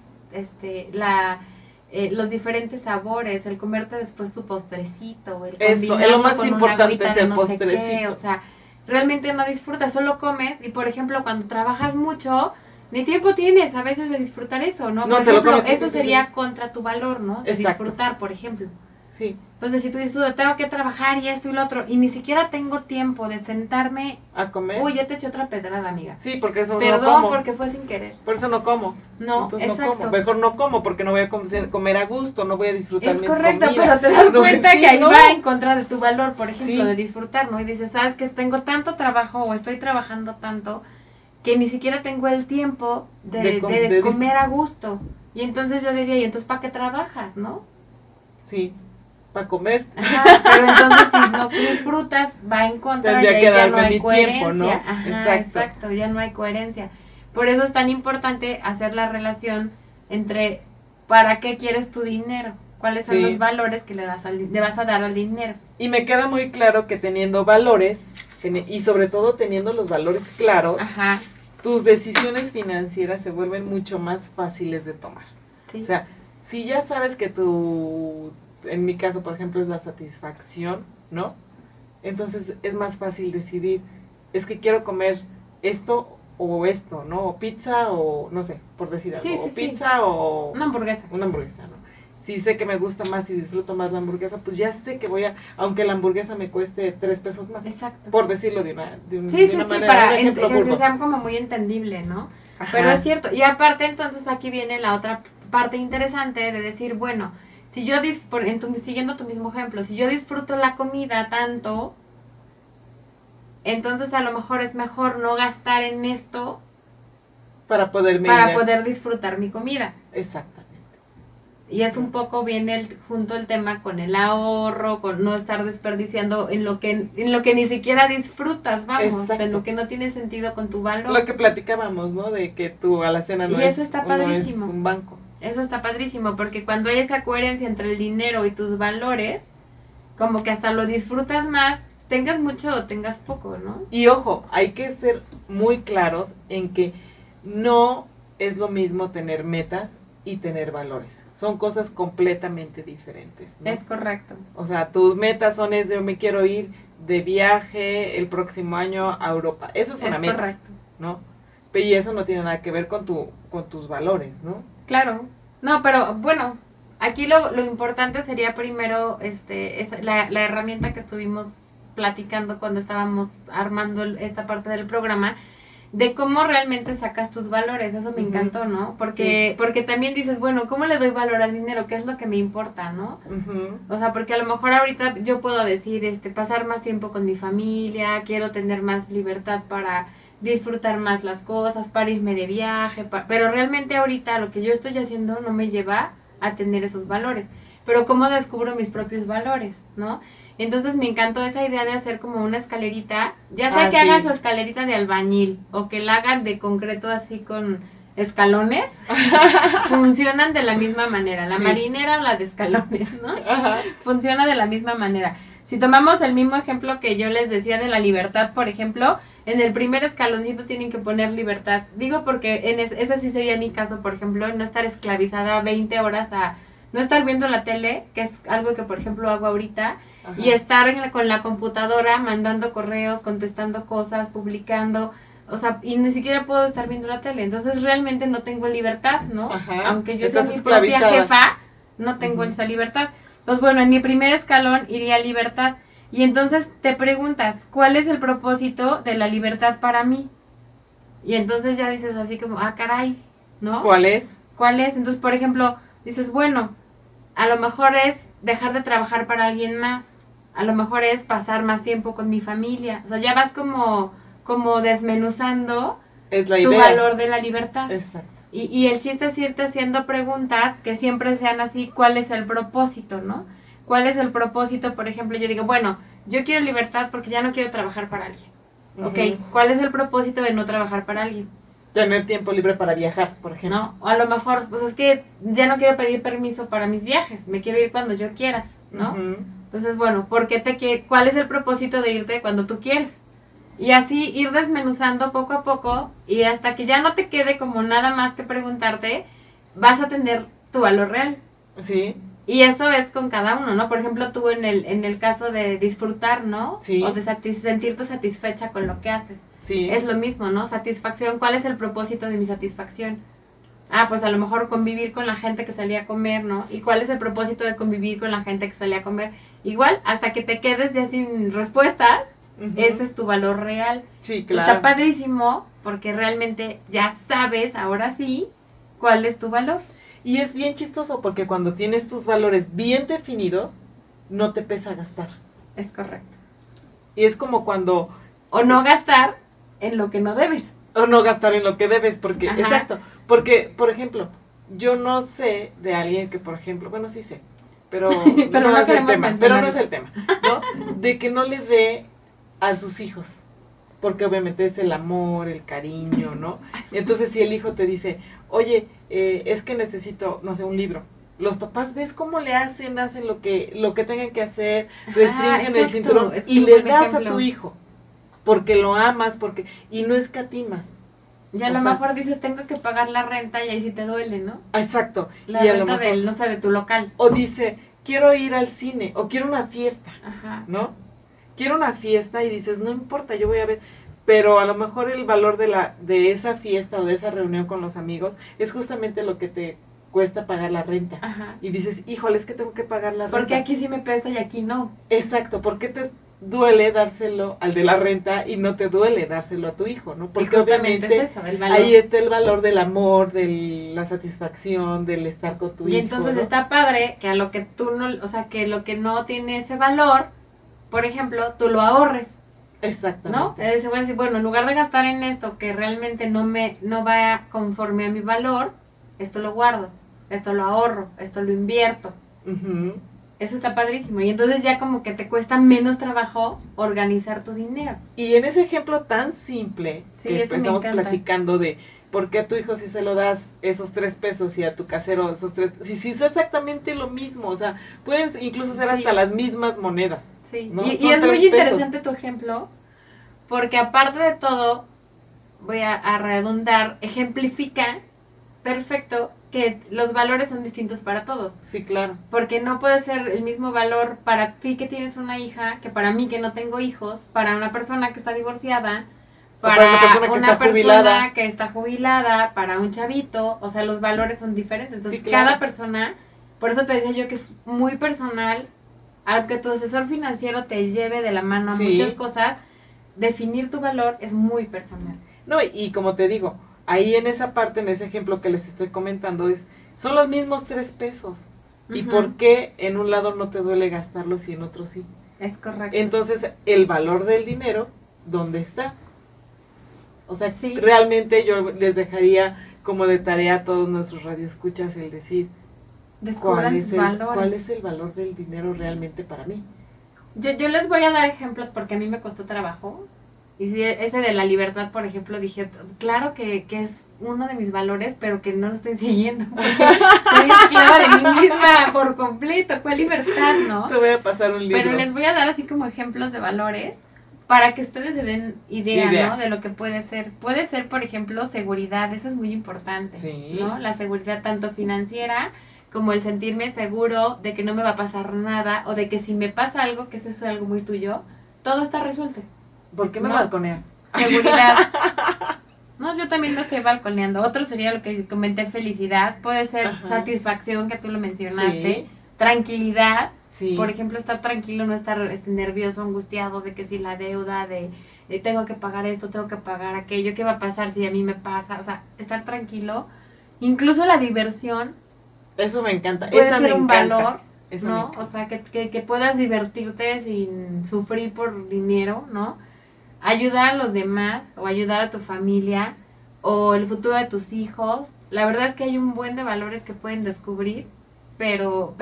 los diferentes sabores, el comerte después tu postrecito, el eso, es lo más importante, es el postrecito. O sea, realmente no disfrutas, solo comes, y por ejemplo, cuando trabajas mucho, ni tiempo tienes a veces de disfrutar eso, ¿no? Por ejemplo, eso sería contra tu valor, ¿no? De disfrutar, por ejemplo. Sí. Entonces, si tú dices, tengo que trabajar y esto y lo otro, y ni siquiera tengo tiempo de sentarme a comer. Uy, ya te eché otra pedrada, amiga. Sí, porque eso Perdón, no como. porque fue sin querer. Por eso no como. No, entonces exacto. No como. Mejor no como porque no voy a comer a gusto, no voy a disfrutar mi comida. Es correcto, pero te das cuenta que ahí va en contra de tu valor, por ejemplo, de disfrutar, ¿no? Y dices, sabes que tengo tanto trabajo o estoy trabajando tanto que ni siquiera tengo el tiempo de comer a gusto. Y entonces yo diría, ¿y entonces para qué trabajas, no? Sí. Para comer. Ajá, pero entonces si no disfrutas, va en contra y ahí ya no hay coherencia. Tiempo, ¿no? Ajá, exacto, ya no hay coherencia. Por eso es tan importante hacer la relación entre para qué quieres tu dinero, cuáles son los valores que le vas a dar al dinero. Y me queda muy claro que teniendo valores, y sobre todo teniendo los valores claros, tus decisiones financieras se vuelven mucho más fáciles de tomar. Sí. O sea, si ya sabes que en mi caso, por ejemplo, es la satisfacción, ¿no? Entonces es más fácil decidir, es que quiero comer esto o esto, ¿no? O pizza o, no sé, por decir algo, o pizza o... Una hamburguesa. Una hamburguesa, ¿no? Si sé que me gusta más y disfruto más la hamburguesa, pues ya sé que aunque la hamburguesa me cueste 3 pesos más. Exacto. Por decirlo de una manera, para que sea como muy entendible, ¿no? Ajá. Pero es cierto, y aparte entonces aquí viene la otra parte interesante de decir, bueno, si yo, siguiendo tu mismo ejemplo, si yo disfruto la comida tanto, entonces a lo mejor es mejor no gastar en esto para poder disfrutar mi comida. Exactamente. Y es un poco viene junto el tema con el ahorro, con no estar desperdiciando en lo que ni siquiera disfrutas, vamos, en lo que no tiene sentido con tu valor. Lo que platicábamos, ¿no? De que tu alacena no es un banco. Eso está padrísimo, porque cuando hay esa coherencia entre el dinero y tus valores, como que hasta lo disfrutas más, tengas mucho o tengas poco, ¿no? Y ojo, hay que ser muy claros en que no es lo mismo tener metas y tener valores. Son cosas completamente diferentes, ¿no? Es correcto. O sea, tus metas son es de me quiero ir de viaje el próximo año a Europa. Eso es una meta, correcto. ¿no? Y eso no tiene nada que ver con tus valores, ¿no? Claro. No, pero bueno, aquí lo importante sería primero la herramienta que estuvimos platicando cuando estábamos armando esta parte del programa, de cómo realmente sacas tus valores. Eso me encantó, ¿no? Porque también dices, bueno, ¿cómo le doy valor al dinero? ¿Qué es lo que me importa, no? O sea, porque a lo mejor ahorita yo puedo decir, pasar más tiempo con mi familia, quiero tener más libertad para disfrutar más las cosas, para irme de viaje, pero realmente ahorita lo que yo estoy haciendo no me lleva a tener esos valores. Pero ¿cómo descubro mis propios valores, no? Entonces me encantó esa idea de hacer como una escalerita, ya sea que hagan su escalerita de albañil o que la hagan de concreto así con escalones, funcionan de la misma manera, la marinera o la de escalones, ¿no? Funciona de la misma manera. Si tomamos el mismo ejemplo que yo les decía de la libertad, por ejemplo, en el primer escaloncito tienen que poner libertad. Digo porque ese sí sería mi caso, por ejemplo, no estar esclavizada 20 horas a no estar viendo la tele, que es algo que por ejemplo hago ahorita, y estar con la computadora mandando correos, contestando cosas, publicando, o sea, y ni siquiera puedo estar viendo la tele. Entonces realmente no tengo libertad, ¿no? Aunque yo sea mi propia jefa, no tengo esa libertad. Pues bueno, en mi primer escalón iría libertad. Y entonces te preguntas, ¿cuál es el propósito de la libertad para mí? Y entonces ya dices así como, caray, ¿no? ¿Cuál es? ¿Cuál es? Entonces, por ejemplo, dices, bueno, a lo mejor es dejar de trabajar para alguien más. A lo mejor es pasar más tiempo con mi familia. O sea, ya vas como desmenuzando tu valor de la libertad. Exacto. Y el chiste es irte haciendo preguntas que siempre sean así, ¿cuál es el propósito, no? ¿Cuál es el propósito? Por ejemplo, yo digo, bueno, yo quiero libertad porque ya no quiero trabajar para alguien. Ok, ¿cuál es el propósito de no trabajar para alguien? Tener tiempo libre para viajar, por ejemplo. No, o a lo mejor, pues es que ya no quiero pedir permiso para mis viajes, me quiero ir cuando yo quiera, ¿no? Entonces, bueno, ¿cuál es el propósito de irte cuando tú quieres? Y así ir desmenuzando poco a poco y hasta que ya no te quede como nada más que preguntarte, vas a tener tu valor real. Sí. Y eso es con cada uno, ¿no? Por ejemplo, tú en el caso de disfrutar, ¿no? Sí. O de sentirte satisfecha con lo que haces. Sí. Es lo mismo, ¿no? Satisfacción, ¿cuál es el propósito de mi satisfacción? Pues a lo mejor convivir con la gente que salía a comer, ¿no? ¿Y cuál es el propósito de convivir con la gente que salía a comer? Igual, hasta que te quedes ya sin respuestas, ese es tu valor real. Sí, claro. Está padrísimo porque realmente ya sabes, ahora sí, cuál es tu valor. Y es bien chistoso porque cuando tienes tus valores bien definidos, no te pesa gastar. Es correcto. Y es como cuando... O no gastar en lo que no debes. O no gastar en lo que debes, porque... Exacto. Porque, por ejemplo, yo no sé de alguien que, por ejemplo, bueno, sí sé, pero no es el tema, ¿no? De que no le dé a sus hijos, porque obviamente es el amor, el cariño, ¿no? Entonces si el hijo te dice, oye, es que necesito, no sé, un libro, los papás ves cómo le hacen lo que tengan que hacer, restringen el cinturón y le das a tu hijo, porque lo amas, y no escatimas. Y a lo mejor dices, tengo que pagar la renta y ahí sí te duele, ¿no? Exacto. La renta de tu local. O dice, quiero ir al cine, o quiero una fiesta, ¿no? Quiero una fiesta y dices, no importa, yo voy a ver. Pero a lo mejor el valor de esa fiesta o de esa reunión con los amigos es justamente lo que te cuesta pagar la renta. Y dices, híjole, es que tengo que pagar la renta. Porque aquí sí me pesa y aquí no. Exacto, ¿por qué te duele dárselo al de la renta y no te duele dárselo a tu hijo, ¿no? Porque obviamente es eso, el valor. Ahí está el valor del amor, de la satisfacción, del estar con tu hijo. Y entonces, ¿no? Está padre que a lo que tú no, o sea, que lo que no tiene ese valor, por ejemplo, tú lo ahorres. Exactamente. ¿No? Es decir, bueno, en lugar de gastar en esto que realmente no va conforme a mi valor, esto lo guardo, esto lo ahorro, esto lo invierto. Eso está padrísimo. Y entonces ya como que te cuesta menos trabajo organizar tu dinero. Y en ese ejemplo tan simple que estamos platicando de ¿por qué a tu hijo si se lo das esos 3 pesos y a tu casero esos 3? Si es exactamente lo mismo, o sea, pueden incluso ser hasta las mismas monedas. Sí, ¿no? y es muy interesante tu ejemplo, porque aparte de todo, voy a redundar, ejemplifica perfecto que los valores son distintos para todos. Sí, claro. Porque no puede ser el mismo valor para ti que tienes una hija, que para mí que no tengo hijos, para una persona que está divorciada, para una persona que está jubilada, para un chavito, o sea, los valores son diferentes. Entonces, sí, claro, cada persona, por eso te decía yo que es muy personal, aunque tu asesor financiero te lleve de la mano a muchas cosas, definir tu valor es muy personal. No, y como te digo, ahí en esa parte, en ese ejemplo que les estoy comentando, son los mismos 3 pesos. ¿Y por qué en un lado no te duele gastarlos y en otro sí? Es correcto. Entonces, el valor del dinero, ¿dónde está? O sea, realmente yo les dejaría como de tarea a todos nuestros radioescuchas el decir, descubran sus valores. ¿Cuál es el valor del dinero realmente para mí? Yo les voy a dar ejemplos porque a mí me costó trabajo. Y si ese de la libertad, por ejemplo, dije, claro que es uno de mis valores, pero que no lo estoy siguiendo, porque soy esclava de mí misma por completo. ¿Cuál libertad, no? Te voy a pasar un libro. Pero les voy a dar así como ejemplos de valores para que ustedes se den idea, ¿no? De lo que puede ser. Puede ser, por ejemplo, seguridad, eso es muy importante, ¿no? La seguridad tanto financiera como el sentirme seguro de que no me va a pasar nada, o de que si me pasa algo, que eso es algo muy tuyo, todo está resuelto. ¿Por qué me balconeas? Seguridad. No, yo también lo estoy balconeando. Otro sería lo que comenté, felicidad. Puede ser satisfacción, que tú lo mencionaste. Tranquilidad. Sí. Por ejemplo, estar tranquilo, no estar nervioso, angustiado de que si la deuda, de tengo que pagar esto, tengo que pagar aquello, ¿qué va a pasar si a mí me pasa? O sea, estar tranquilo. Incluso la diversión. Eso me encanta. Puede ser un valor, ¿no? O sea, que puedas divertirte sin sufrir por dinero, ¿no? Ayudar a los demás o ayudar a tu familia o el futuro de tus hijos. La verdad es que hay un buen de valores que pueden descubrir, pero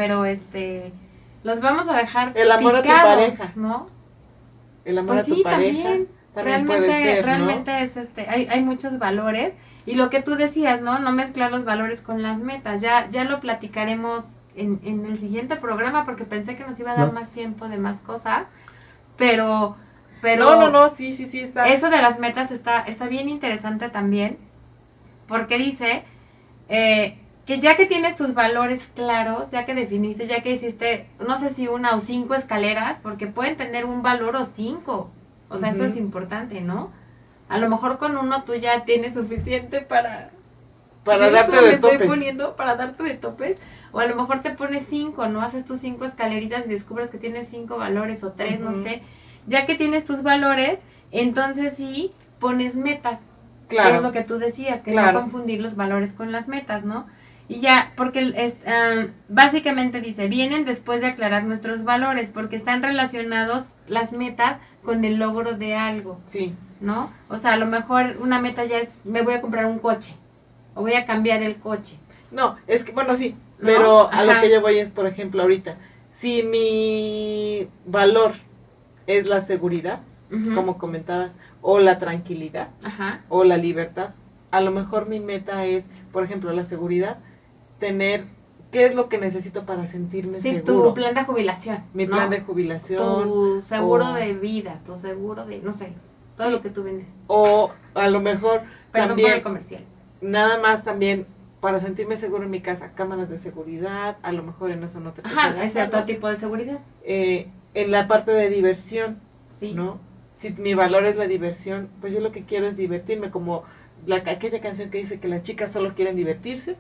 los vamos a dejar el amor picados, a tu pareja, ¿no? El amor a tu pareja también puede ser, realmente ¿no? Es hay muchos valores, y lo que tú decías, ¿no? No mezclar los valores con las metas. Ya lo platicaremos en el siguiente programa, porque pensé que nos iba a dar más tiempo de más cosas, pero no, sí está. Eso de las metas está bien interesante también, porque dice que ya que tienes tus valores claros, ya que definiste, ya que hiciste, no sé si 1 o 5 escaleras, porque pueden tener un valor o 5, o sea, eso es importante, ¿no? A lo mejor con 1 tú ya tienes suficiente para darte de topes. Para darte de topes, o a lo mejor te pones 5, ¿no? Haces tus 5 escaleritas y descubres que tienes 5 valores o 3, no sé. Ya que tienes tus valores, entonces sí pones metas. Claro. Que es lo que tú decías, que no confundir los valores con las metas, ¿no? Y ya, porque básicamente dice, vienen después de aclarar nuestros valores, porque están relacionados las metas con el logro de algo. Sí. ¿No? O sea, a lo mejor una meta ya es, me voy a comprar un coche, o voy a cambiar el coche. No, es que, bueno, sí, ¿no? Pero a lo que yo voy es, por ejemplo, ahorita, si mi valor es la seguridad, como comentabas, o la tranquilidad, o la libertad, a lo mejor mi meta es, por ejemplo, la seguridad, tener, ¿qué es lo que necesito para sentirme seguro? Sí, tu plan de jubilación. Mi plan de jubilación. Tu seguro de vida, tu seguro de, no sé, todo lo que tú vendes. O a lo mejor también, por el comercial. Nada más también, para sentirme seguro en mi casa, cámaras de seguridad, a lo mejor en eso no te es otro tipo de seguridad. En la parte de diversión, ¿no? Si mi valor es la diversión, pues yo lo que quiero es divertirme, como aquella canción que dice que las chicas solo quieren divertirse.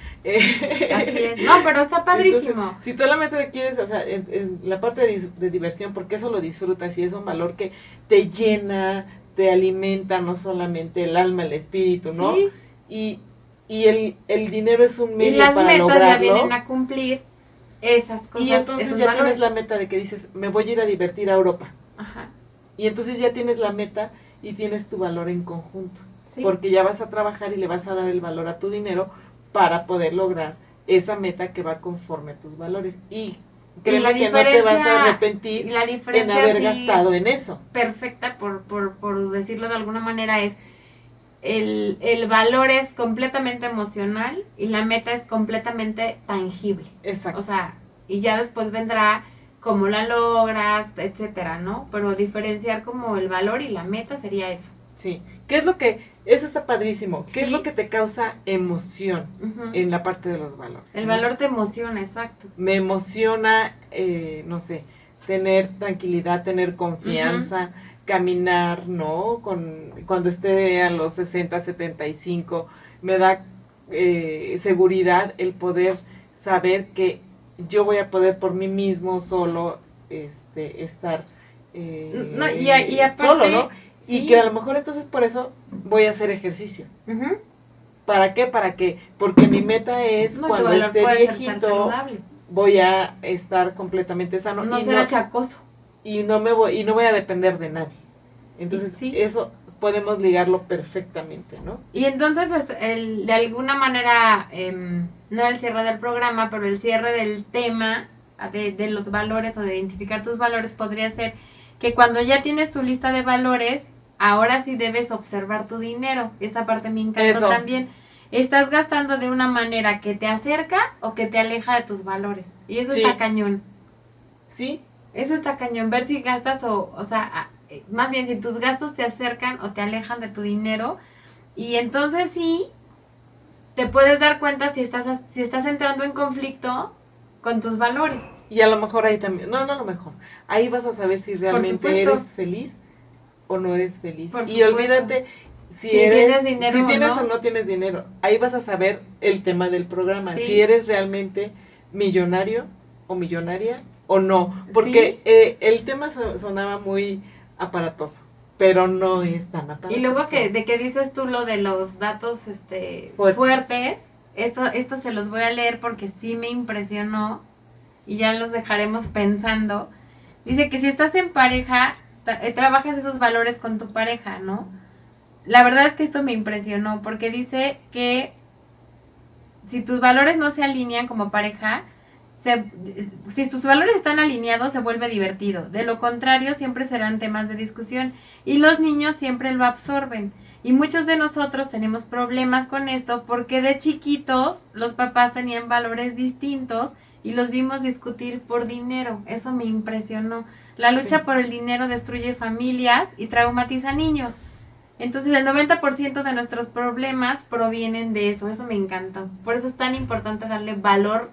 Así es. No, pero está padrísimo. Entonces, si solamente quieres, o sea, en la parte de diversión, porque eso lo disfrutas y es un valor que te llena, te alimenta no solamente el alma, el espíritu, ¿no? Sí. Y el dinero es un medio para lograrlo. Y las metas ya vienen a cumplir esas cosas. Y entonces ya tienes la meta de que dices, me voy a ir a divertir a Europa. Y entonces ya tienes la meta y tienes tu valor en conjunto. Sí. Porque ya vas a trabajar y le vas a dar el valor a tu dinero para poder lograr esa meta que va conforme a tus valores. Y créeme que no te vas a arrepentir en haber gastado en eso. Perfecta, por decirlo de alguna manera, es el valor es completamente emocional y la meta es completamente tangible. Exacto. O sea, y ya después vendrá cómo la logras, etcétera, ¿no? Pero diferenciar como el valor y la meta sería eso. Sí. ¿Qué es lo que, eso está padrísimo, qué es lo que te causa emoción en la parte de los valores? El valor te emociona, exacto. Me emociona, no sé, tener tranquilidad, tener confianza, caminar, ¿no? Cuando esté a los 60, 75, me da seguridad el poder saber que yo voy a poder por mí mismo solo estar y aparte, solo, ¿no? Sí. Y que a lo mejor entonces por eso voy a hacer ejercicio. ¿Para qué? Porque mi meta es cuando esté viejito voy a estar completamente sano. No ser achacoso. Y no voy a depender de nadie. Entonces eso podemos ligarlo perfectamente, ¿no? Y entonces de alguna manera, no el cierre del programa, pero el cierre del tema de los valores o de identificar tus valores podría ser que cuando ya tienes tu lista de valores, ahora sí debes observar tu dinero. Esa parte me encantó también. ¿Estás gastando de una manera que te acerca o que te aleja de tus valores? Y eso está cañón. Sí. Eso está cañón. Ver si gastas o sea, más bien si tus gastos te acercan o te alejan de tu dinero. Y entonces sí, te puedes dar cuenta si estás entrando en conflicto con tus valores. Y a lo mejor ahí también, no a lo mejor, ahí vas a saber si realmente eres feliz o no eres feliz. Y olvídate si tienes o no tienes dinero. Ahí vas a saber el tema del programa, si eres realmente millonario o millonaria o no. Porque el tema sonaba muy aparatoso, pero no es tan aparatoso. Y luego de que dices tú lo de los datos fuertes, esto se los voy a leer porque sí me impresionó y ya los dejaremos pensando. Dice que si estás en pareja, trabajas esos valores con tu pareja, ¿no? La verdad es que esto me impresionó porque dice que si tus valores no se alinean como pareja, si tus valores están alineados se vuelve divertido. De lo contrario siempre serán temas de discusión y los niños siempre lo absorben. Y muchos de nosotros tenemos problemas con esto porque de chiquitos los papás tenían valores distintos y los vimos discutir por dinero. Eso me impresionó. La lucha por el dinero destruye familias y traumatiza niños. Entonces el 90% de nuestros problemas provienen de eso. Eso me encantó. Por eso es tan importante darle valor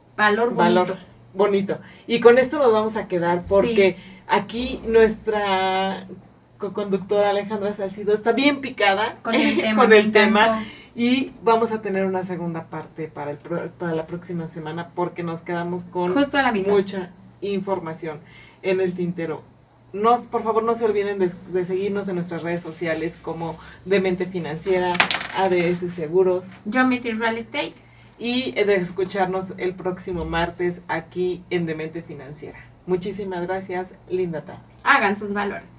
bonito. Y con esto nos vamos a quedar porque aquí nuestra co-conductora Alejandra Salcido está bien picada con el tema y vamos a tener una segunda parte para la próxima semana porque nos quedamos con mucha información en el tintero. Por favor no se olviden de seguirnos en nuestras redes sociales como Demente Financiera, ADS Seguros, Geometry Real Estate y de escucharnos el próximo martes aquí en Demente Financiera. Muchísimas gracias, linda tarde. Hagan sus valores.